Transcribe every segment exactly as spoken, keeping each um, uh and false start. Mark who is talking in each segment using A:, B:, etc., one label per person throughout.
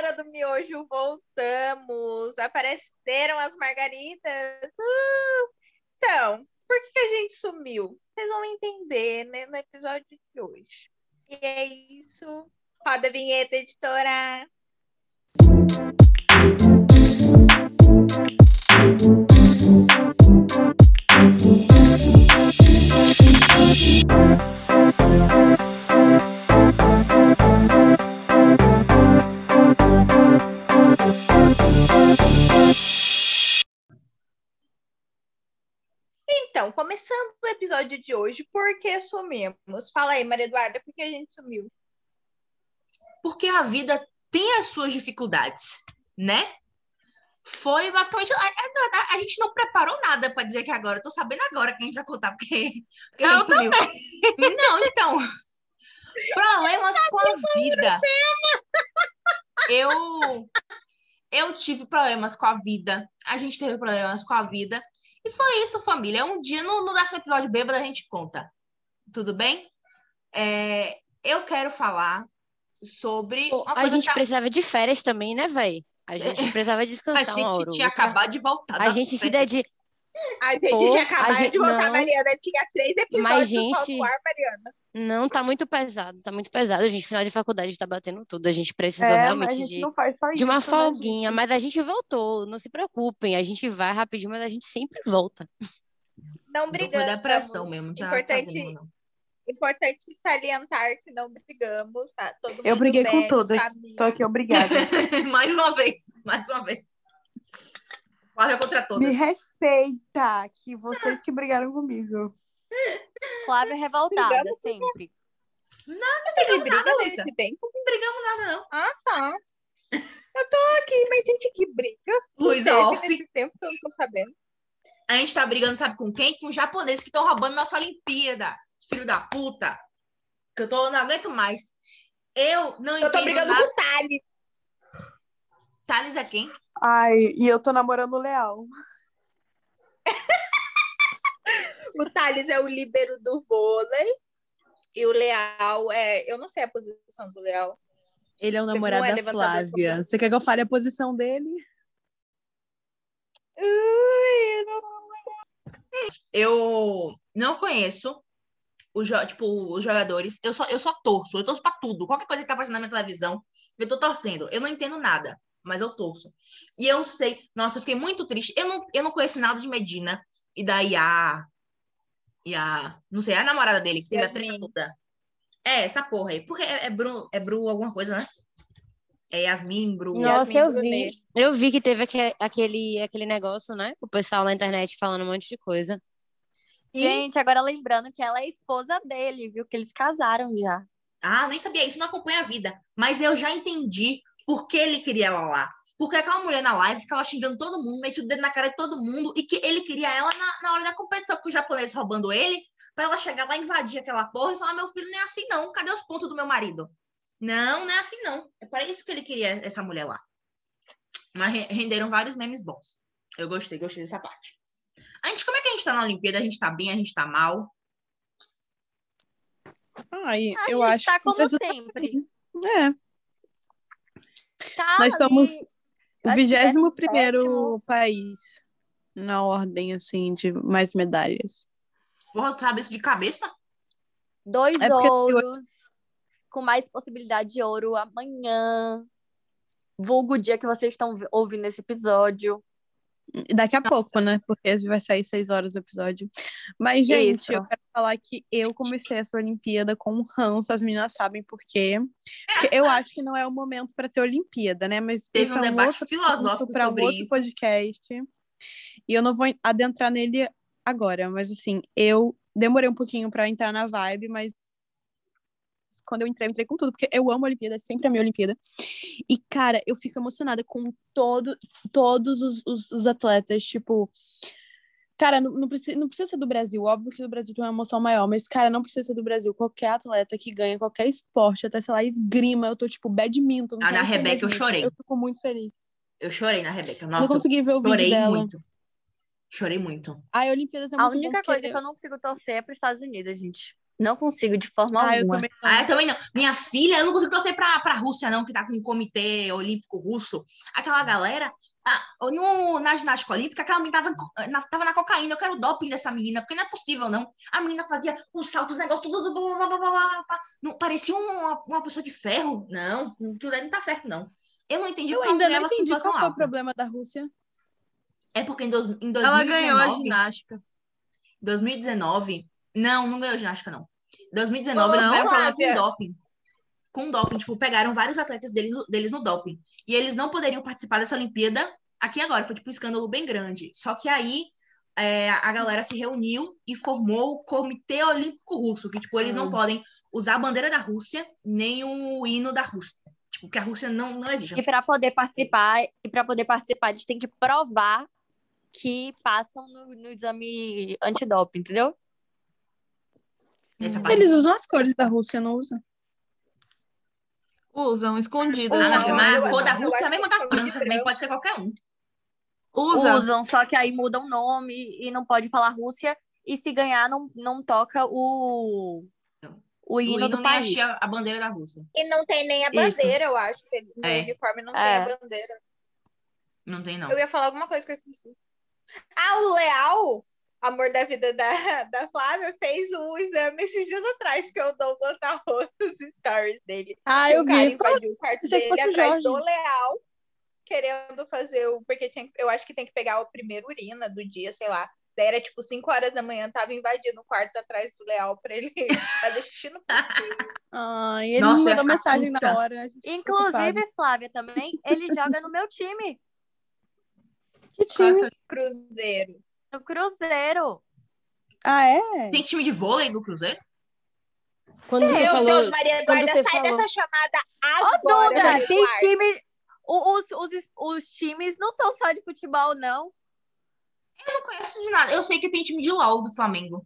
A: Hora do Miojo, voltamos. Apareceram as margaridas. Uh! Então, por que a gente sumiu? Vocês vão entender, né, no episódio de hoje. E é isso. Roda a vinheta, editora. Então, começando o episódio de hoje, por que sumimos? Fala aí, Maria Eduarda, por que a gente sumiu?
B: Porque a vida tem as suas dificuldades, né? Foi basicamente. A, a, a gente não preparou nada pra dizer que agora. Eu tô sabendo agora que a gente vai contar, porque, porque a gente sumiu. Não, então. Problemas com a vida. Eu, eu tive problemas com a vida. A gente teve problemas com a vida. E foi isso, família. Um dia, no, no décimo episódio bêbado, a gente conta. Tudo bem? É, eu quero falar sobre
C: Pô,
B: uma
C: a
B: coisa
C: gente
B: que tá...
C: precisava de férias também, né, véi? A gente precisava
B: A
C: descansar uma
B: gente
C: hora ou
B: tinha
C: outra.
B: acabado de voltar
C: A
B: das
C: gente se
B: férias.
C: dedica.
A: A gente
C: Pô,
A: tinha
C: a
A: acabado
C: gente-
A: de voltar,
C: não.
A: Mariana. Tinha três episódios
C: Mas,
A: só
C: gente-
A: no ar, Mariana.
C: Não, tá muito pesado, tá muito pesado. gente, final de faculdade tá batendo tudo. A gente precisou
D: É, mas a
C: realmente
D: gente
C: de,
D: não faz só
C: de uma
D: isso, né,
C: folguinha.
D: gente?
C: Mas a gente voltou, não se preocupem. A gente vai rapidinho, mas a gente sempre volta.
A: Não
B: Então
A: brigamos.
B: foi depressão mesmo, não tinha nada pra fazer
A: Importante,
B: mesmo, não.
A: importante salientar que não brigamos, tá? Todo mundo
D: Eu briguei com
A: bem,
D: todas.
A: família.
D: Tô aqui, obrigada.
B: Mais uma vez, mais uma vez. Flávia contra
D: Me
B: todas.
D: respeita, que vocês que brigaram comigo.
E: Flávia revoltada,
A: Brigamos
E: sempre.
A: Não teve briga
B: nada,
A: nesse
B: Luísa.
A: tempo?
B: Não brigamos nada, não.
A: Ah, tá. Eu tô aqui, mas gente que briga. Não
B: Luísa,
A: teve
B: off.
A: nesse tempo que eu não tô sabendo.
B: A gente tá brigando, sabe com quem? Com os japoneses que estão roubando nossa Olimpíada. Filho da puta. Que eu tô, não aguento mais. Eu não
A: Eu tô
B: entendo
A: brigando
B: nada.
A: com o Thales.
B: Thales é quem?
D: Ai, e eu tô namorando o Leal.
A: O Thales é o líbero do vôlei. E o Leal é... Eu não sei a posição do Leal.
F: Ele é o
A: Não
F: namorado
A: é
F: da
A: levantador
F: Flávia.
A: como-
F: Você quer que eu fale a posição dele?
A: Ui, não-
B: Eu não conheço os, jo- tipo, os jogadores. Eu só, eu só torço. Eu torço pra tudo. Qualquer coisa que tá passando na minha televisão, eu tô torcendo. Eu não entendo nada, mas eu torço. E eu sei... Nossa, eu fiquei muito triste. Eu não, eu não conheço nada de Medina. E daí a... E a... Não sei, a namorada dele, que teve a
A: Yasmin.
B: treinadora. É, essa porra aí. Porque é, é Bru... É Bru alguma coisa, né? É Yasmin, Bru...
C: Nossa, eu
A: Brunet.
C: vi. Eu vi que teve aque- aquele, aquele negócio, né? O pessoal na internet falando um monte de coisa.
B: E...
E: Gente, agora lembrando que ela é esposa dele, viu? Que eles casaram já.
B: Ah, nem sabia isso, não acompanha a vida. Mas eu já entendi por que ele queria ela lá. Porque aquela mulher na live ficava xingando todo mundo, metia o dedo na cara de todo mundo, e que ele queria ela na, na hora da competição, com os japoneses roubando ele, pra ela chegar lá, invadir aquela porra e falar: meu filho, não é assim não, cadê os pontos do meu marido? Não, não é assim não. É para isso que ele queria essa mulher lá. Mas re- renderam vários memes bons. Eu gostei, gostei dessa parte. A gente, como é que a gente tá na Olimpíada? A gente tá bem, a gente tá mal?
F: Ai,
E: A
F: eu
E: gente
F: acho
E: tá
F: que
E: como
F: precisa-
E: sempre.
F: É,
E: Tá
F: nós estamos
E: ali,
F: o
E: acho que
F: vigésimo
E: décimo
F: primeiro
E: sétimo.
F: país na ordem, assim, de mais medalhas.
B: Porra, tu sabe isso de cabeça?
E: Dois
F: É porque-
E: ouros, com mais possibilidade de ouro amanhã. Vulgo o dia que vocês estão ouvindo esse episódio.
F: Daqui a pouco, né? Porque vai sair seis horas o episódio. Mas, gente,
E: Isso.
F: eu quero falar que eu comecei essa Olimpíada com um ranço, as meninas sabem por quê. Porque eu acho que não é o momento para ter Olimpíada, né? Mas
B: Teve
F: esse
B: um
F: é um
B: debate
F: outro
B: filosófico
F: para um
B: sobre
F: outro
B: isso.
F: podcast. E eu não vou adentrar nele agora, mas assim, eu demorei um pouquinho para entrar na vibe, mas quando eu entrei, eu entrei com tudo, porque eu amo a Olimpíada, é sempre a minha Olimpíada. E, cara, eu fico emocionada com todo, todos os, os, os atletas, tipo... Cara, não, não, precisa, não precisa ser do Brasil, óbvio que o Brasil tem uma emoção maior, mas, cara, não precisa ser do Brasil. Qualquer atleta que ganha qualquer esporte, até, sei lá, esgrima, eu tô, tipo, badminton. Não
B: Ah,
F: sei
B: na
F: nem se é
B: Rebeca eu
F: badminton,
B: chorei.
F: Eu fico muito feliz.
B: Eu chorei na Rebeca.
F: não
B: Nossa, eu
F: consegui ver o vídeo
B: chorei
F: dela.
B: muito. Chorei muito.
F: A Olimpíadas é
E: A
F: muito
E: única
F: bom
E: coisa
F: porque...
E: que eu não consigo torcer é para os Estados Unidos, gente. Não consigo de forma
F: Ah, eu
E: alguma.
F: também
B: Ah,
F: não.
B: eu também não. Minha filha, eu não consigo torcer pra, pra Rússia, não, que tá com o Comitê Olímpico Russo. Aquela galera, ah, no, na ginástica olímpica, aquela menina tava, em co- na, tava na cocaína. Eu quero o doping dessa menina, porque não é possível, não. A menina fazia os saltos, os negócios, tudo, blá, blá, blá, blá, blá, blá. Não, parecia uma, uma pessoa de ferro. Não, aquilo daí não tá certo, não. Eu não entendi
F: Eu
B: porque a
F: ainda
B: mulher
F: não
B: ela
F: entendi
B: pontuação
F: qual foi o
B: alta.
F: problema da Rússia.
B: É porque em, dois, em
G: Ela ganhou a
B: dois mil e dezenove,
G: ginástica.
B: dois mil e dezenove, não, não ganhou ginástica, não. dois mil e dezenove, eles
A: Ô,
B: tiveram um problema com
A: Flávia,
B: doping. Com doping, tipo, pegaram vários atletas deles, no- deles no doping. E eles não poderiam participar dessa Olimpíada aqui agora. Foi, tipo, um escândalo bem grande. Só que aí é, a galera se reuniu e formou o Comitê Olímpico Russo, que, tipo, eles não
F: Ah.
B: podem usar a bandeira da Rússia, nem o hino da Rússia. Tipo, que a Rússia não, não exige.
E: E para poder participar, e para poder participar, eles têm que provar que passam no, no exame antidoping, entendeu?
B: Essa parte.
F: Eles usam as cores da Rússia, não usam?
G: Usam escondidas.
B: Ah,
G: né?
B: minha filha,
A: Não,
B: mas
A: eu
B: a cor da
A: acho- eu
B: Rússia é a
A: acho
B: mesma
A: que
B: da
A: eles são de
B: França, também
A: branco.
B: pode ser qualquer um.
G: Usa.
E: Usam, só que aí mudam o nome e não pode falar Rússia. E se ganhar, não, não toca o, o
B: O
E: hino
B: hino
E: do
B: nem
E: país.
B: achia a bandeira da Rússia.
A: E não tem nem a
E: Isso.
A: bandeira, eu acho. No
B: É.
A: uniforme não
E: É.
A: tem a bandeira.
B: Não tem, não.
A: Eu ia falar alguma coisa que eu esqueci. Ah, o Leal, amor da vida da, da Flávia, fez um exame esses dias atrás que eu dou gostar nos stories dele.
F: Ah,
A: Que
F: eu
A: o cara
F: vi. Foi-
A: invadiu o quarto
F: pensei que
A: dele
F: fosse o
A: atrás do
F: Jorge.
A: Leal, querendo fazer o. Porque tinha, eu acho que tem que pegar o primeiro urina do dia, sei lá. Daí era tipo cinco horas da manhã, tava invadindo o quarto atrás do Leal pra ele fazer xixi no
F: Ai, ele
B: Nossa,
F: me
B: eu ia
F: mandou
B: ficar
F: mensagem
B: puta.
F: na hora. A gente ficou
E: Inclusive,
F: preocupado.
E: Flávia também, ele joga no meu time,
F: Que
B: Qual é o
F: time?
B: seu-
A: Cruzeiro.
E: no Cruzeiro.
F: Ah, é?
B: Tem time de vôlei do Cruzeiro?
C: Quando você
A: Meu
C: falou,
A: Deus, Maria
C: quando
A: Eduarda,
C: você
A: sai
C: falou,
A: dessa chamada
E: Ô,
A: agora,
E: Duda,
A: Maria
E: tem
A: Eduarda.
E: time. o- Os, os, os times não são só de futebol, não.
B: Eu não conheço de nada. Eu sei que tem time de LOL do Flamengo.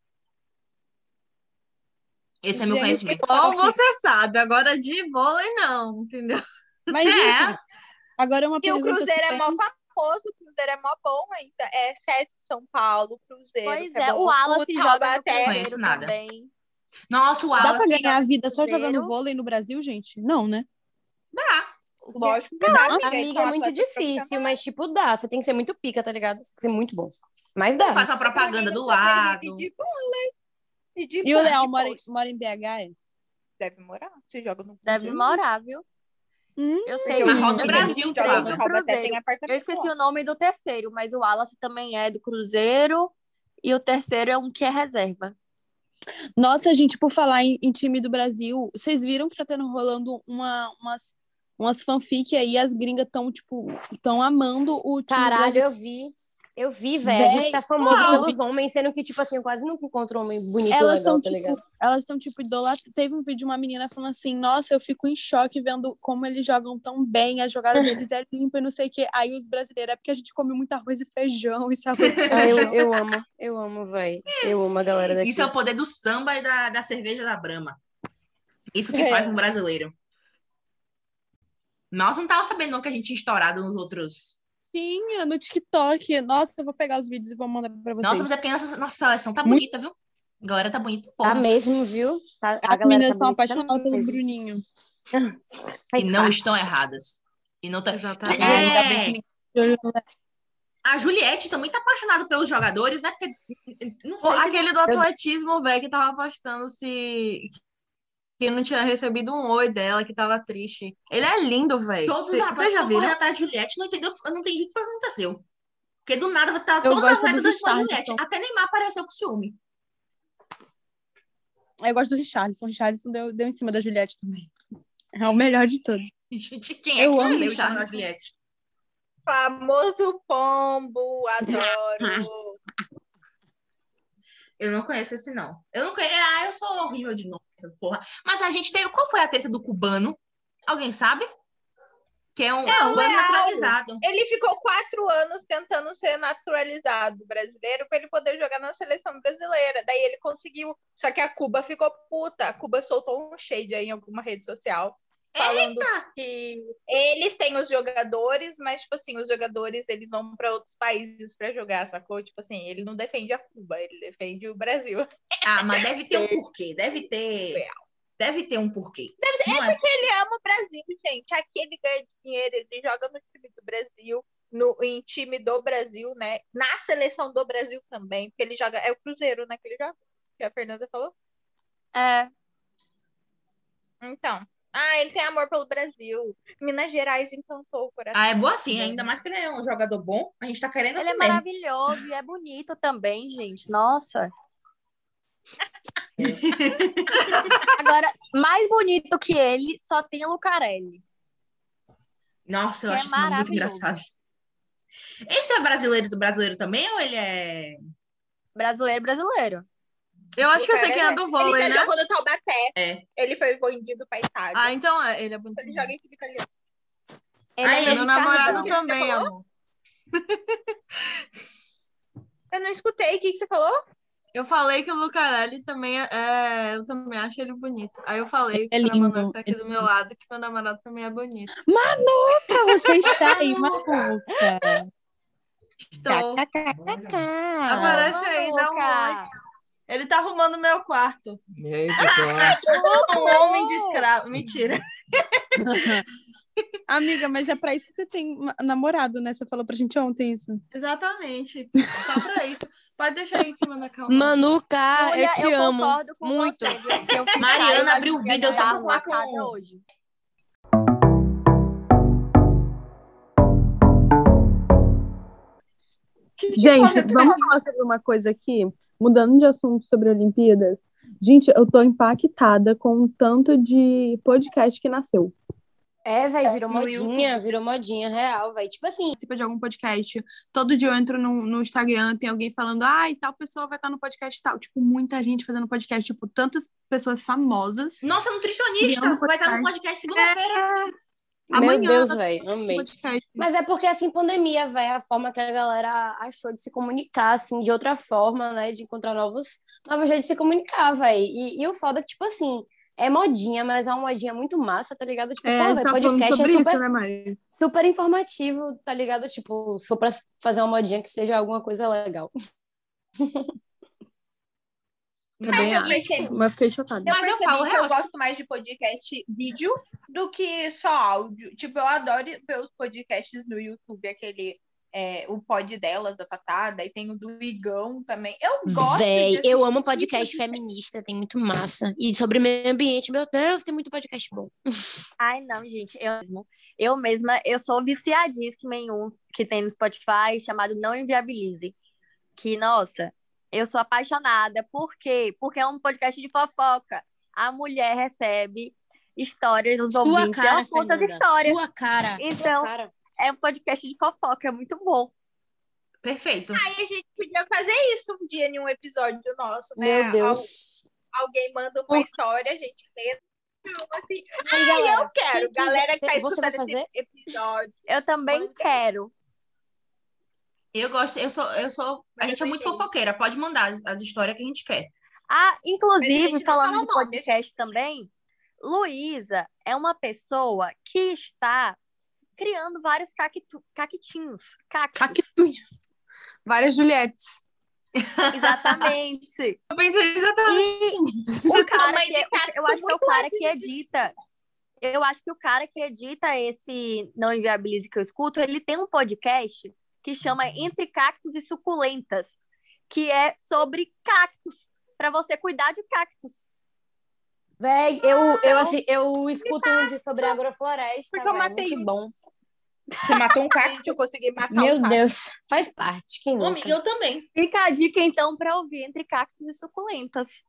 B: Esse é meu
F: Gente,
B: conhecimento.
G: Ou você sabe, agora de vôlei não, entendeu?
F: Mas,
B: É.
F: gente, agora uma
A: E o
F: pergunta
A: Cruzeiro é
F: super-
A: mó famoso, o Cruzeiro é mó bom ainda. É C S São Paulo, Cruzeiro.
E: Pois
A: que
E: é,
A: bom.
E: o Wallace
A: Taubaté.
E: joga no
B: Conheço
E: Cruzeiro
B: nada.
E: também.
B: Nossa, o
F: Dá pra
B: Wallace.
F: ganhar a vida só
E: Cruzeiro.
F: jogando vôlei no Brasil, gente? Não, né?
A: Lógico que dá, amiga.
C: amiga,
A: são
C: é muito
A: atletas
C: difícil,
A: profissionais.
C: mas tipo, dá. Você tem que ser muito pica, tá ligado? Você tem que ser muito bom. Mas
B: Ele
C: dá.
B: faz uma propaganda do lado.
A: E de vôlei. E de
F: E o Leal
A: futebol.
F: mora, em- mora em B H, é?
A: Deve morar. Se joga no
E: Deve
A: Cruzeiro.
E: morar, viu?
F: Hum,
E: Eu sei.
B: Mas roda o
E: eu sei
B: Brasil,
E: que
A: Joga
E: três
B: Flávia.
A: no
E: do
A: Taubaté, tem
E: Cruzeiro.
A: apartamento
E: Eu esqueci
A: lá.
E: o nome do terceiro, mas o Wallace também é do Cruzeiro. E o terceiro é um que é reserva.
F: Nossa, gente, por falar em, em time do Brasil, vocês viram que tá tendo rolando uma, umas, umas fanfic aí, as gringas tão, tipo, tão amando o time
C: Caralho,
F: brasileiro.
C: eu vi. Eu vi, velho. A gente
F: Véi,
C: tá famoso
F: uau.
C: pelos homens, sendo que, tipo assim, eu quase nunca encontro um homem bonito e
F: Elas
C: legal,
F: estão,
C: tá
F: tipo,
C: ligado?
F: elas estão, tipo, idolatrando. Teve um vídeo de uma menina falando assim, nossa, eu fico em choque vendo como eles jogam tão bem, a jogada deles é limpa e não sei o quê. Aí os brasileiros, é porque a gente come muito arroz e feijão, isso é arroz e
C: Ah, eu,
F: feijão.
C: eu amo, eu amo, velho. Eu amo a galera daqui.
B: Isso é o poder do samba e da, da cerveja da Brahma. Isso que
F: É.
B: faz um brasileiro. Nossa, não tava sabendo não que a gente tinha estourado nos outros.
F: Tinha no TikTok. Nossa, eu vou pegar os vídeos e vou mandar pra vocês.
B: Nossa, mas é porque nossa, nossa seleção tá
F: Muito-
B: bonita, viu? A galera tá bonita,
C: Tá
B: porra.
C: mesmo, viu?
E: Tá? A
F: As
E: galera
F: meninas
E: tá
F: estão
E: bonita
F: apaixonadas pelo
E: mesmo.
F: Bruninho.
B: E
C: Faz
B: não
C: parte.
B: estão erradas. E não tá...
G: Exatamente.
F: É, ainda bem
B: É,
F: que ninguém de olho no Léo.
B: a Juliette também tá apaixonada pelos jogadores, né? Porque, não
G: Pô,
B: sei,
G: aquele do atletismo, velho, que tava postando se que não tinha recebido um oi dela, que tava triste. Ele é lindo, velho.
B: todos os
G: Vocês
B: atletas
G: já
B: estão
G: viram?
B: correndo atrás de Juliette, não entendeu? Eu não entendi o que foi que aconteceu. Porque do nada vai estar
F: Eu
B: todos os
F: gosto do
B: atletas dando com a Juliette.
F: Richarlison.
B: Até Neymar apareceu com ciúme.
F: Eu gosto do Richarlison. O Richarlison deu, deu em cima da Juliette também. É o melhor de todos.
B: Gente, quem é
F: Eu
B: que
F: amo
B: leu o
G: Richarlison.
B: da Juliette?
A: Famoso pombo, adoro.
B: Eu não conheço esse, não. Eu não conheço. Ah, eu sou horrível de nome, essas porra. Mas a gente tem. Qual foi a treta do cubano? Alguém sabe? Que é um
A: É, o
B: cubano
A: Leal.
B: naturalizado.
A: Ele ficou quatro anos tentando ser naturalizado brasileiro para ele poder jogar na seleção brasileira. Daí ele conseguiu. Só que a Cuba ficou puta. A Cuba soltou um shade aí em alguma rede social. falando que eles têm os jogadores, mas, tipo assim, os jogadores, eles vão para outros países para jogar, sacou? Tipo assim, ele não defende a Cuba, ele defende o Brasil.
B: Ah, mas deve ter um porquê. Deve ter. Deve ter um porquê.
A: Deve ser,
B: Não
A: é
B: é?
A: porque ele ama o Brasil, gente. Aqui ele ganha dinheiro, ele joga no time do Brasil, no, em time do Brasil, né? Na seleção do Brasil também, porque ele joga, é o Cruzeiro, né, que ele joga, que a Fernanda falou.
E: É,
A: Então, ah, ele tem amor pelo Brasil. Minas Gerais encantou o coração.
B: Ah, é boa assim, ainda mais que ele é um jogador bom. A gente tá querendo
E: ele
B: assim
E: é
B: mesmo.
E: maravilhoso e é bonito também, gente. Nossa. Agora, mais bonito que ele, só tem o Lucarelli.
B: Nossa, eu
E: Que é
B: acho isso muito
E: maravilhoso.
B: engraçado. Esse é brasileiro do brasileiro também ou ele é.
E: Brasileiro, brasileiro.
G: Eu acho que eu sei quem é do vôlei,
A: Ele
G: né?
A: já jogou no Taubaté.
B: É.
A: Ele foi vendido pra Itália.
G: Ah, então é, ele é bonito.
A: Ele joga em time italiano.
E: Ele
B: Ah,
E: é
B: ele
E: meu
G: Meu namorado
E: Ricardão.
G: também,
A: Você falou?
G: amor.
A: Eu não escutei. O que, que você falou?
G: Eu falei que o Lucarelli também é, é- eu também acho ele bonito. Aí eu falei
F: É
G: pra
F: lindo,
G: Manu que tá aqui
F: ele-
G: do meu lado que meu namorado também é bonito.
F: Manuca, você está aí, Manuca.
G: Estou.
F: KKKK.
G: Aparece aí, dá um oi.
E: Manuca.
G: Ele tá arrumando meu quarto.
H: E aí, pessoal?
G: Um homem de escravo. Mentira.
F: Amiga, mas é pra isso que você tem ma- namorado, né? Você falou pra gente ontem isso.
G: Exatamente. Só pra isso. Pode deixar aí em cima da cama.
C: Manuca,
E: Julia,
C: eu te amo.
E: concordo com
C: muito.
E: você, viu? Que eu fiz
B: Mariana
E: carinho na
B: abriu o
E: Julia
B: vídeo, eu
E: de
B: só
E: arrumar
B: vou falar
E: a casa
B: com-
E: hoje.
F: Gente, vamos falar sobre uma coisa aqui, mudando de assunto sobre Olimpíadas. Gente, eu tô impactada com o tanto de podcast que nasceu.
C: É, velho, virou
A: no
C: modinha,
A: YouTube.
C: virou modinha real, velho. Tipo assim,
F: Participa de algum podcast. Todo dia eu entro no, no Instagram, tem alguém falando, ai, tal pessoa vai estar no podcast tal. Tipo, muita gente fazendo podcast, tipo, tantas pessoas famosas.
B: Nossa, nutricionista.
F: Criando
B: Vai estar no
F: podcast.
B: podcast segunda-feira.
C: meu
F: Amanhã,
C: Deus, velho, amei.
F: podcast.
C: Mas é porque, assim, pandemia, velho, é a forma que a galera achou de se comunicar, assim, de outra forma, né? De encontrar novos, novos jeitos de se comunicar, velho. E, e o foda é que, tipo assim, é modinha, mas é uma modinha muito massa, tá ligado? Tipo,
F: É,
C: pô,
F: a gente
C: velho,
F: tá falando
C: podcast
F: sobre
C: é super,
F: isso, né, Mari?
C: super informativo, tá ligado? Tipo, se for pra fazer uma modinha que seja alguma coisa legal.
F: Também
A: eu
F: acho.
A: percebi.
F: Mas fiquei chocada.
A: Eu
B: Mas eu
A: percebi
B: falo
A: que
B: real,
A: eu gosto mais de podcast vídeo do que só áudio. Tipo, eu adoro ver os podcasts no YouTube, aquele, é, o pod delas, da Tatá, daí tem o do Igão também. Eu gosto
C: Véi,
A: de
C: eu amo
A: assistir
C: podcast feminista, tem muito massa. E sobre meio ambiente, meu Deus, tem muito podcast bom.
E: Ai, não, gente, eu mesmo. Eu mesma, eu sou viciadíssima em um que tem no Spotify chamado Não Inviabilize. Que, nossa, eu sou apaixonada. Por quê? Porque é um podcast de fofoca. A mulher recebe histórias dos
C: Sua
E: ouvintes.
C: cara,
E: ela conta as
C: Fernanda.
E: histórias.
C: Sua cara.
E: Então,
C: Sua cara.
E: é um podcast de fofoca, é muito bom.
B: Perfeito.
A: Aí a gente podia fazer isso um dia em um episódio nosso, né?
C: Meu
A: Al-
C: Deus.
A: alguém manda uma história, a gente lê. Não, assim,
C: Aí,
A: ai,
C: galera,
A: eu quero.
C: quem quiser-
A: Galera que tá
C: Cê- você vai
A: escutando esse
C: fazer?
A: episódio.
E: Eu também
A: Manda.
E: quero.
B: Eu gosto, eu sou, eu sou. A
A: Mas
B: gente
A: eu
B: é muito
A: entendi.
B: fofoqueira. Pode mandar as, as histórias que a gente quer.
E: Ah,
A: Mas a
E: inclusive,
A: gente não
E: falando
A: fala
E: de
A: o nome.
E: podcast também, Luísa é uma pessoa que está criando vários cactu- caquitinhos. Cactos.
F: Cactus. Várias Juliettes.
E: Exatamente.
G: Eu pensei exatamente.
E: E o cara
A: Mamãe
E: que,
A: de
E: é-
A: cacto
E: eu acho que é o
A: muito
E: cara que edita. Eu acho que o cara que edita esse Não Inviabilize que eu escuto, ele tem um podcast que chama Entre Cactos e Suculentas, que é sobre cactos, para você cuidar de cactos.
C: Véi, eu, eu, assi- eu escuto um de sobre agrofloresta,
A: Porque eu
C: véi,
A: matei
C: muito
A: um.
C: bom.
A: Você matou um cacto, eu consegui matar
C: Meu
A: um cacto.
C: Deus, faz parte, quem
B: Ô,
C: nunca?
B: amiga, eu também.
E: Fica a dica, então, para ouvir Entre Cactos e Suculentas.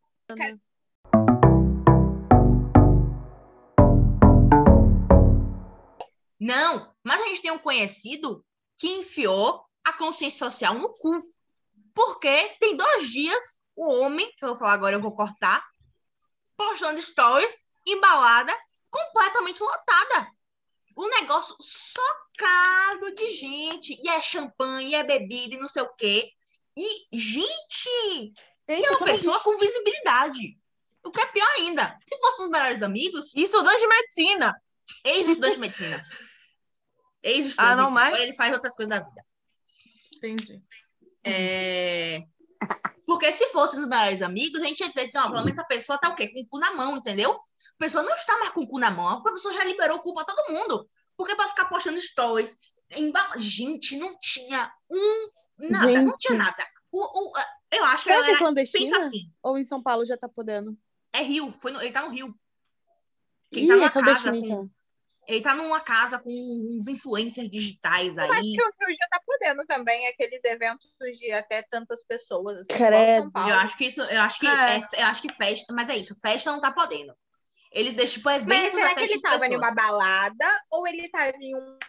B: Não, mas a gente tem um conhecido que enfiou a consciência social no cu. Porque tem dois dias o homem, que eu vou falar agora, eu vou cortar, postando stories, embalada, completamente lotada. O negócio socado de gente. E é champanhe, e é bebida, e não sei o quê. E, gente, é uma pessoa com visibilidade. O que é pior ainda, se fossem os melhores amigos,
G: E estudante de medicina.
B: ex-estudante de medicina. Ex-estudante
G: Ah,
B: de
G: não
B: medicina.
G: mais?
B: Agora ele faz outras coisas da vida.
G: Entendi.
B: É... Porque se fossem os melhores amigos, a gente ia dizer, não, pelo menos a pessoa tá o quê? Com o cu na mão, entendeu? A pessoa não está mais com o cu na mão, porque a pessoa já liberou o cu pra todo mundo. Porque pra ficar postando stories, embala... gente, não tinha um nada, não tinha
F: Gente.
B: nada. O, o, eu acho que a
F: Será que é
B: galera
F: clandestina?
B: pensa assim,
F: Ou em São Paulo já tá podendo?
B: é Rio, foi no- ele tá no Rio. Quem
F: Ih,
B: tá
F: é
B: numa casa
F: clandestina,
B: com...
F: então.
B: Ele tá numa casa com uns influencers digitais
A: Acho
B: aí.
A: que o Rio já tá podendo também, aqueles eventos de até tantas pessoas, assim, igual
F: Credo.
A: São Paulo.
B: Eu acho que isso, eu acho que
G: É.
B: é, eu acho que festa, mas é isso, festa não tá podendo. Eles deixam tipo
A: Mas
B: eventos
A: será
B: até
A: que ele
B: X
A: tava em
B: pessoas.
A: uma balada ou ele tava em um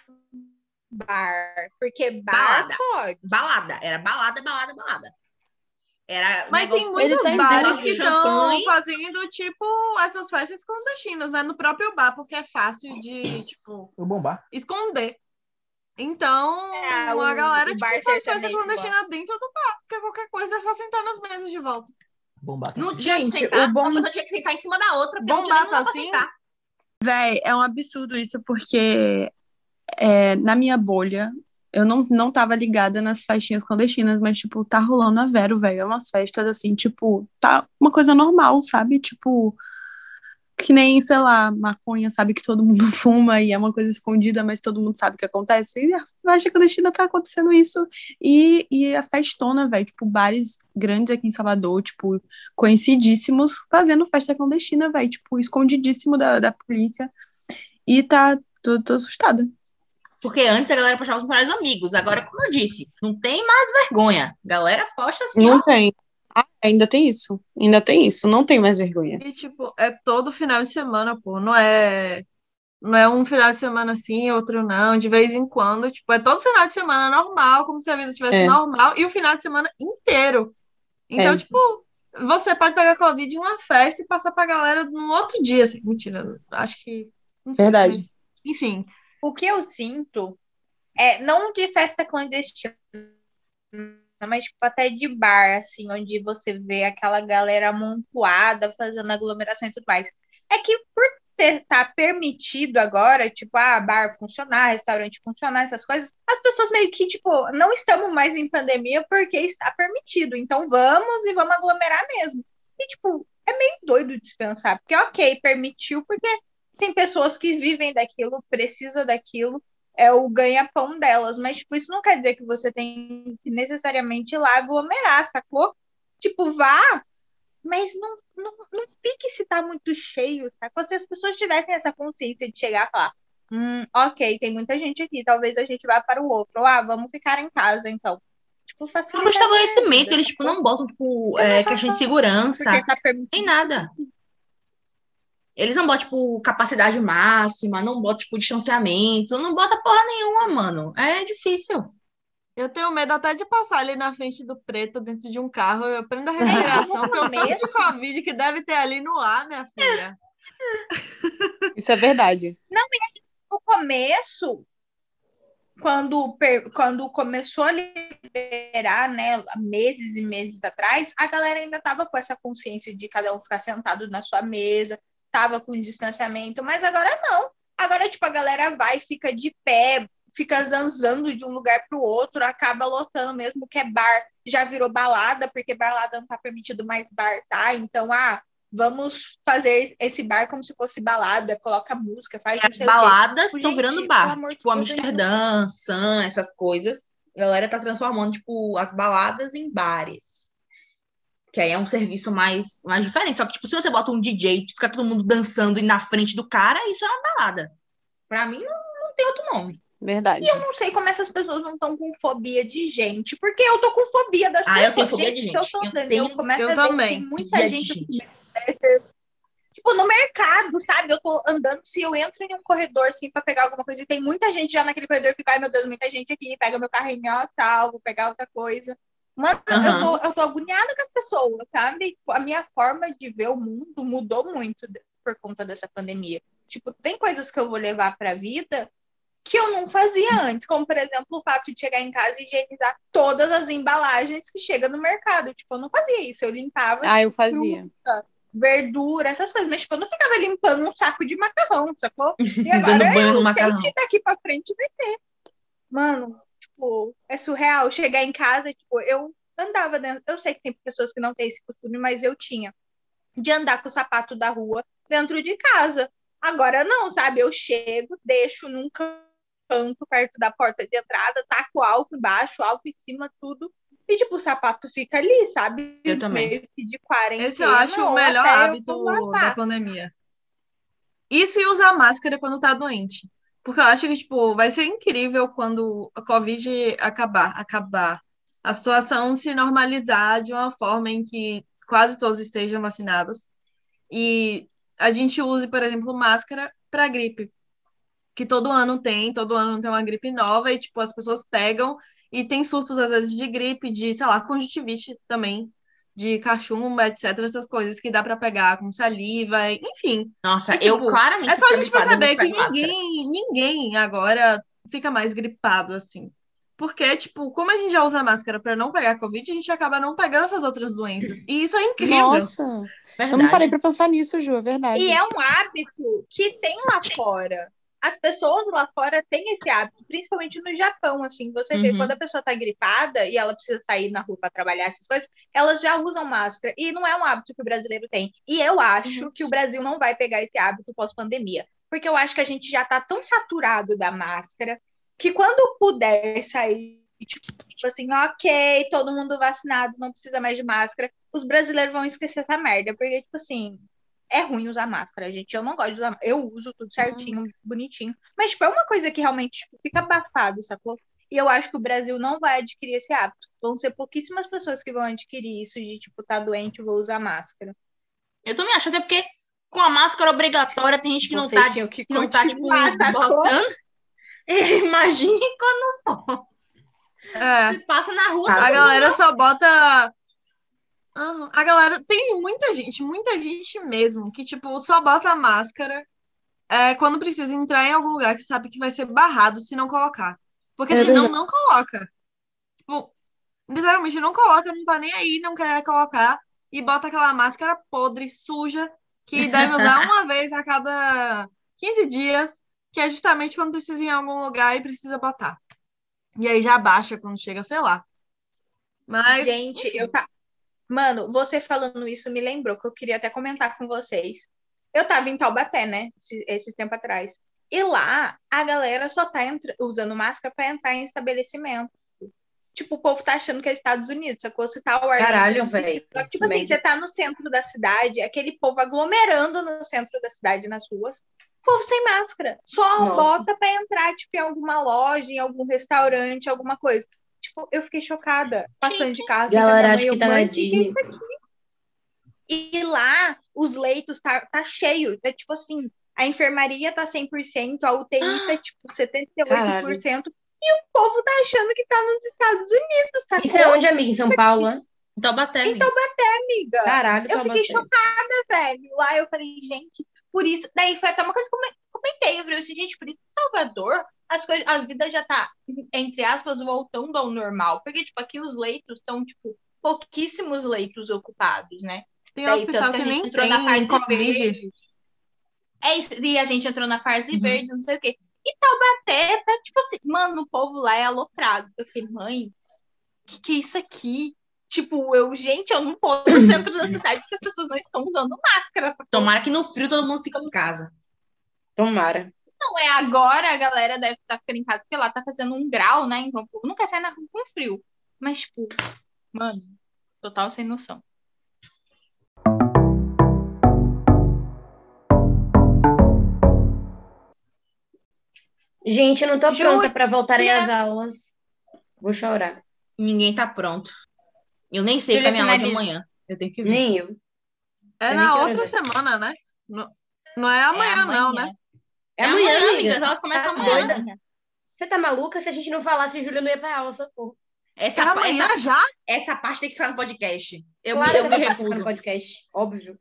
A: bar? Porque bar
B: Balada.
A: pode.
B: Balada, era balada, balada, balada. Era
G: Mas tem
B: negócio-
F: Ele
G: muitos
F: tá em
G: bares
F: negócio
G: que
B: de
G: estão
B: champanhe.
G: fazendo, tipo, essas festas clandestinas, né? No próprio bar, porque é fácil de, tipo,
H: Eu bombar.
G: esconder. Então,
A: É, o-
G: a galera,
A: o
G: tipo,
A: bar
G: faz festa
A: sertanejo,
G: clandestina dentro do bar, porque qualquer coisa é só sentar nas mesas de volta.
H: Bombar.
B: Não tinha que
F: Gente,
B: sentar,
F: o bom-
B: uma pessoa tinha que sentar em cima da outra, porque não tinha
G: Bombar
B: nenhuma pra
G: assim?
B: sentar.
F: Véi, é um absurdo isso, porque é, na minha bolha, eu não, não tava ligada nas festinhas clandestinas, mas, tipo, tá rolando a Vero, velho. É umas festas, assim, tipo, tá uma coisa normal, sabe? Tipo, que nem, sei lá, maconha, sabe? Que todo mundo fuma e é uma coisa escondida, mas todo mundo sabe o que acontece. E a festa clandestina tá acontecendo isso. E, e a festona, velho, tipo, bares grandes aqui em Salvador, tipo, conhecidíssimos, fazendo festa clandestina, velho, tipo, escondidíssimo da, da polícia. E tá, tô, tô assustada.
B: Porque antes a galera postava os melhores amigos. Agora, como eu disse, não tem mais vergonha. A galera posta assim, ó.
F: Não tem. Ah, ainda tem isso. Ainda tem isso. Não tem mais vergonha.
G: E, tipo, é todo final de semana, pô. Não é, não é um final de semana assim, outro não. De vez em quando, tipo, é todo final de semana normal, como se a vida tivesse
F: É.
G: normal. E o final de semana inteiro. Então,
F: É.
G: tipo, você pode pegar Covid em uma festa e passar pra galera no outro dia. Assim. Mentira, acho que... Não sei,
F: Verdade.
G: mas, enfim.
A: O que eu sinto é, não de festa clandestina, mas tipo, até de bar, assim, onde você vê aquela galera amontoada fazendo aglomeração e tudo mais. É que por ter, tá permitido agora, tipo, ah, bar funcionar, restaurante funcionar, essas coisas, as pessoas meio que, tipo, não estamos mais em pandemia porque está permitido. Então vamos e vamos aglomerar mesmo. E, tipo, é meio doido de se pensar, porque, ok, permitiu, porque tem pessoas que vivem daquilo, precisa daquilo, é o ganha-pão delas, mas tipo, isso não quer dizer que você tem que necessariamente ir lá aglomerar, sacou? Tipo, vá, mas não, não, não fique se tá muito cheio, sacou? Se as pessoas tivessem essa consciência de chegar e falar, hum, ok, tem muita gente aqui, talvez a gente vá para o outro, ou, ah, vamos ficar em casa, então. Tipo,
B: No
A: facilitaria a
B: estabelecimento,
A: vida,
B: eles tipo,
A: sacou?
B: não botam tipo,
A: Eu não
B: é,
A: só
B: questão de
A: falo
B: segurança,
A: porque tá
B: nem
A: permitido.
B: nada. Eles não botam, tipo, capacidade máxima, não botam, tipo, distanciamento, não bota porra nenhuma, mano. É difícil.
G: Eu tenho medo até de passar ali na frente do preto, dentro de um carro. Eu prendo a
A: É que
G: respiração,
A: no
G: porque o tanto de
A: começo,
G: Covid que deve ter ali no ar, minha filha.
F: Isso é verdade.
A: no começo, quando, per- quando começou a liberar, né, meses e meses atrás, a galera ainda estava com essa consciência de cada um ficar sentado na sua mesa, tava com distanciamento, mas agora não. Agora, tipo, a galera vai, fica de pé, fica zanzando de um lugar para o outro, acaba lotando mesmo que é bar, já virou balada, porque balada não tá permitido mais bar, tá? Então, ah, vamos fazer esse bar como se fosse balada, coloca música, faz não
B: As
A: sei o quê.
B: baladas
A: Tipo,
B: estão
A: gente,
B: virando
A: pelo
B: bar.
A: amor de
B: Tipo,
A: Deus, a gente não
B: Amsterdã, Sun, essas coisas. A galera tá transformando, tipo, as baladas em bares. Que aí é um serviço mais, mais diferente. Só que, tipo, se você bota um D J e fica todo mundo dançando e na frente do cara, isso é uma balada. Pra mim, não, não tem outro nome.
F: Verdade.
A: Eu não sei como essas pessoas não estão com fobia de gente, porque eu tô com fobia das
B: Ah,
A: pessoas.
B: eu tenho fobia de
A: se eu
B: gente.
A: tô
B: Eu
A: andando,
B: tenho
A: eu começo
G: eu
A: a ver que
G: também.
A: tem muita
B: fobia de
A: gente,
B: gente.
A: tipo, no mercado, sabe? Eu tô andando, se eu entro em um corredor, assim, pra pegar alguma coisa, e tem muita gente já naquele corredor, eu fico, ai, meu Deus, muita gente aqui, pega meu carrinho, ó, tal, vou pegar outra coisa. Mano, eu
B: Aham.
A: tô, eu tô agoniada com as pessoas, sabe? Tipo, a minha forma de ver o mundo mudou muito de- por conta dessa pandemia. Tipo, tem coisas que eu vou levar pra vida que eu não fazia antes, como, por exemplo, o fato de chegar em casa e higienizar todas as embalagens que chegam no mercado. Tipo, eu não fazia isso, eu limpava
F: Ah, eu
A: tipo,
F: fazia.
A: fruta, verdura, essas coisas. Mas, tipo, eu não ficava limpando um saco de macarrão, sacou? E agora
B: Dando banho no
A: eu sei
B: macarrão.
A: que daqui pra frente vai ter. Mano, tipo, é surreal. Chegar em casa, tipo, eu andava dentro. Eu sei que tem pessoas que não têm esse costume, mas eu tinha. De andar com o sapato da rua dentro de casa. Agora não, sabe? Eu chego, deixo num canto perto da porta de entrada, taco álcool embaixo, álcool em cima, tudo. E, tipo, o sapato fica ali, sabe?
B: Eu também.
A: Meio que de quarentena.
G: Esse eu acho o
A: ou
G: melhor
A: até eu
G: hábito
A: lavar.
G: da pandemia. Isso e usar máscara quando tá doente. Porque eu acho que, tipo, vai ser incrível quando a Covid acabar, acabar. A situação se normalizar de uma forma em que quase todos estejam vacinados. E a gente use, por exemplo, máscara para gripe. Que todo ano tem, todo ano tem uma gripe nova e, tipo, as pessoas pegam e tem surtos, às vezes, de gripe, de, sei lá, conjuntivite também, de cachumba, etcétera, essas coisas que dá para pegar com saliva, enfim.
B: Nossa,
G: E,
B: eu
G: tipo,
B: claramente,
G: é
B: se
G: só a
B: ficar
G: gente
B: gripada, eu vou
G: perceber
B: ficar
G: que
B: de máscara.
G: ninguém, ninguém agora fica mais gripado, assim. Porque, tipo, como a gente já usa máscara para não pegar Covid, a gente acaba não pegando essas outras doenças. E isso é incrível.
D: Nossa, eu não
B: Verdade.
D: parei pra pensar nisso, Ju, é verdade.
A: E é um hábito que tem lá fora. As pessoas lá fora têm esse hábito, principalmente no Japão, assim. Você vê,
B: Uhum.
A: quando a pessoa tá gripada e ela precisa sair na rua para trabalhar, essas coisas, elas já usam máscara. E não é um hábito que o brasileiro tem. E eu acho
D: Uhum.
A: que o Brasil não vai pegar esse hábito pós-pandemia. Porque eu acho que a gente já tá tão saturado da máscara que quando puder sair, tipo assim, ok, todo mundo vacinado, não precisa mais de máscara, os brasileiros vão esquecer essa merda. Porque, tipo assim, é ruim usar máscara, gente. Eu não gosto de usar. Eu uso tudo certinho, bonitinho. Mas, tipo, é uma coisa que realmente tipo, fica abafado, sacou? E eu acho que o Brasil não vai adquirir esse hábito. Vão ser pouquíssimas pessoas que vão adquirir isso de, tipo, tá doente, vou usar máscara.
B: Eu também acho, até porque com a máscara obrigatória tem gente que não
A: Vocês
B: tá,
A: tinham que
B: que não tá tipo,
A: continuar, sacou?
B: botando. Imagine quando for.
G: É.
B: Você passa na rua,
G: A
B: todo mundo
G: galera só bota. Aham. A galera. Tem muita gente, muita gente mesmo, que, tipo, só bota a máscara é, quando precisa entrar em algum lugar que sabe que vai ser barrado se não colocar. Porque
D: É
G: senão
D: verdade.
G: não coloca. Tipo, literalmente não coloca, não tá nem aí, não quer colocar. E bota aquela máscara podre, suja, que deve usar uma vez a cada quinze dias, que é justamente quando precisa ir em algum lugar e precisa botar. E aí já baixa quando chega, sei lá. Mas.
A: Gente, eu tá. Mano, você falando isso me lembrou que eu queria até comentar com vocês. Eu tava em Taubaté, né? Esse, esse tempo atrás. E lá, a galera só tá entra- usando máscara pra entrar em estabelecimento. Tipo, o povo tá achando que é Estados Unidos, sacou? Se tá ao ar livre,
C: Caralho,
A: não precisa.
C: velho.
A: Só que, tipo assim,
C: Também.
A: você tá no centro da cidade, aquele povo aglomerando no centro da cidade, nas ruas, povo sem máscara. Só
C: Nossa.
A: bota pra entrar, tipo, em alguma loja, em algum restaurante, alguma coisa. Tipo, eu fiquei chocada, passando de carro assim com a minha
C: Galera,
A: mãe,
C: acho
A: eu,
C: que tá na
A: mãe, que que é
C: Disney.
A: isso aqui? E lá, os leitos tá, tá cheio, tá tipo assim, a enfermaria tá cem por cento, a U T I tá tipo setenta e oito por cento, e o povo tá achando que tá nos Estados Unidos, sacou?
C: Isso é onde, amiga? Em São Paulo, né?
B: em Taubaté,
A: Em
B: amiga.
A: Taubaté, amiga.
C: Caralho,
A: Eu fiquei
C: Taubaté.
A: chocada, velho. Lá eu falei, gente, por isso. Daí foi até uma coisa que eu comentei. Eu falei assim, gente, por isso que Salvador, as coisas, as vidas já tá, entre aspas, voltando ao normal. Porque, tipo, aqui os leitos estão, tipo, pouquíssimos leitos ocupados, né?
G: Tem
A: Daí,
G: hospital
A: tanto que
G: que
A: a gente
G: nem
A: entrou na
G: tem
A: fase
G: Covid.
A: verde. É isso, e a gente entrou na fase
B: Uhum.
A: verde, não sei o quê. E Taubaté tá, tipo assim, mano, o povo lá é aloprado. Eu fiquei, mãe, que que é isso aqui? Tipo, eu, gente, eu não vou no centro da cidade porque as pessoas não estão usando máscara. sacou?
B: Tomara que no frio todo mundo fique em casa.
C: Tomara.
A: Não é agora, a galera deve estar ficando em casa porque lá tá fazendo um grau, né? Então, o povo não quer sair na rua com frio. Mas, tipo, mano, total sem noção.
C: Gente, eu não tô
A: Júlia!
C: pronta pra voltarem às aulas. Vou chorar.
B: Ninguém tá pronto. Eu nem sei
A: Júlia,
B: pra minha aula de
A: finaliza.
B: amanhã. Eu tenho que ver.
C: Nem eu.
G: É
C: Sei nem
G: na
C: que horas
G: outra
C: é.
G: semana, né? Não, não é amanhã, não, né?
C: É amanhã, amiga.
B: amigas. Elas começam
C: Tá
B: amanhã.
C: doida? Você tá maluca? Se a gente não falasse, Júlia não ia pra aula, socorro.
B: Essa,
G: É
B: pa-
G: amanhã
B: essa,
G: já?
B: essa parte tem que ficar no podcast. Eu,
C: Claro
B: me, eu
C: que
B: me
C: essa parte tá no
B: recuso.
C: podcast. Óbvio.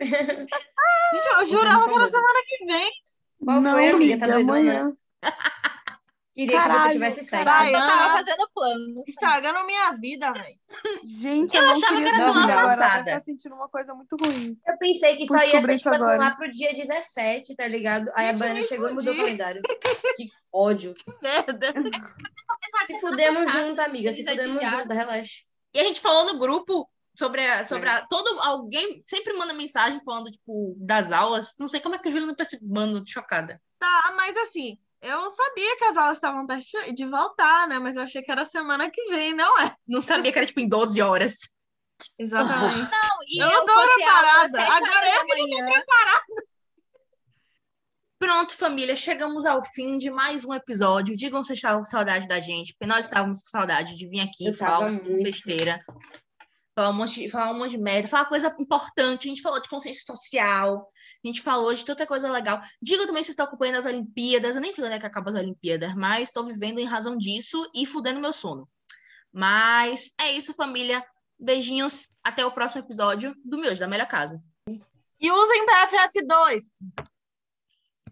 G: Gente, eu
C: Por
G: jurava que era
C: favor.
G: semana que vem.
C: Qual
D: Não,
C: foi, amiga?
D: amiga,
C: Tá doidona?
D: amanhã.
C: Queria que você
D: Caralho,
C: tivesse certo.
G: caralho.
A: Eu tava
G: Ana.
A: fazendo plano.
G: Estragando minha vida, velho.
D: Gente,
B: Eu
D: eu, não
B: achava
D: queria
B: que era
D: ser
C: semana
D: filha agora. Ela
B: passada.
D: deve estar sentindo uma coisa muito ruim.
C: Eu pensei que
D: Fui
C: só ia
D: descobrir
C: ser,
D: isso
C: tipo assim,
D: agora.
C: lá pro dia dezessete, tá ligado? Aí a
G: Gente,
C: Baiana
G: me
C: chegou e mudou o
G: fudi.
C: calendário. Que ódio.
G: Merda.
C: Se fudemos junto, amiga. Se
A: Eles
C: fudemos
A: adiaram.
C: junto, relaxa.
B: E a gente falou no grupo sobre a, sobre
C: É.
B: a, todo alguém sempre manda mensagem falando tipo das aulas. Não sei como é que a Júlia não percebe, mano, chocada.
G: Tá, mas assim, eu sabia que as aulas estavam perto de voltar, né? Mas eu achei que era semana que vem, não é?
B: Não sabia que era tipo em doze horas.
G: Exatamente.
A: Não, e
G: Eu
A: eu,
G: não tô
A: vou ter aula às
G: preparada.
A: sete
G: Agora
A: horas
G: eu
A: da
G: que não tô
A: manhã.
G: preparada.
B: Pronto, família, chegamos ao fim de mais um episódio. Digam se estavam com saudade da gente, porque nós estávamos com saudade de vir aqui
C: Eu
B: falar
C: tava
B: um monte de
C: muito.
B: besteira, falar um monte de, falar um monte de merda, falar coisa importante. A gente falou de consciência social, a gente falou de tanta coisa legal. Digam também se vocês estão acompanhando as Olimpíadas. Eu nem sei quando é que acaba as Olimpíadas, mas estou vivendo em razão disso e fudendo meu sono. Mas é isso, família. Beijinhos. Até o próximo episódio do Miojo da Melhor Casa.
G: E usem P F F dois.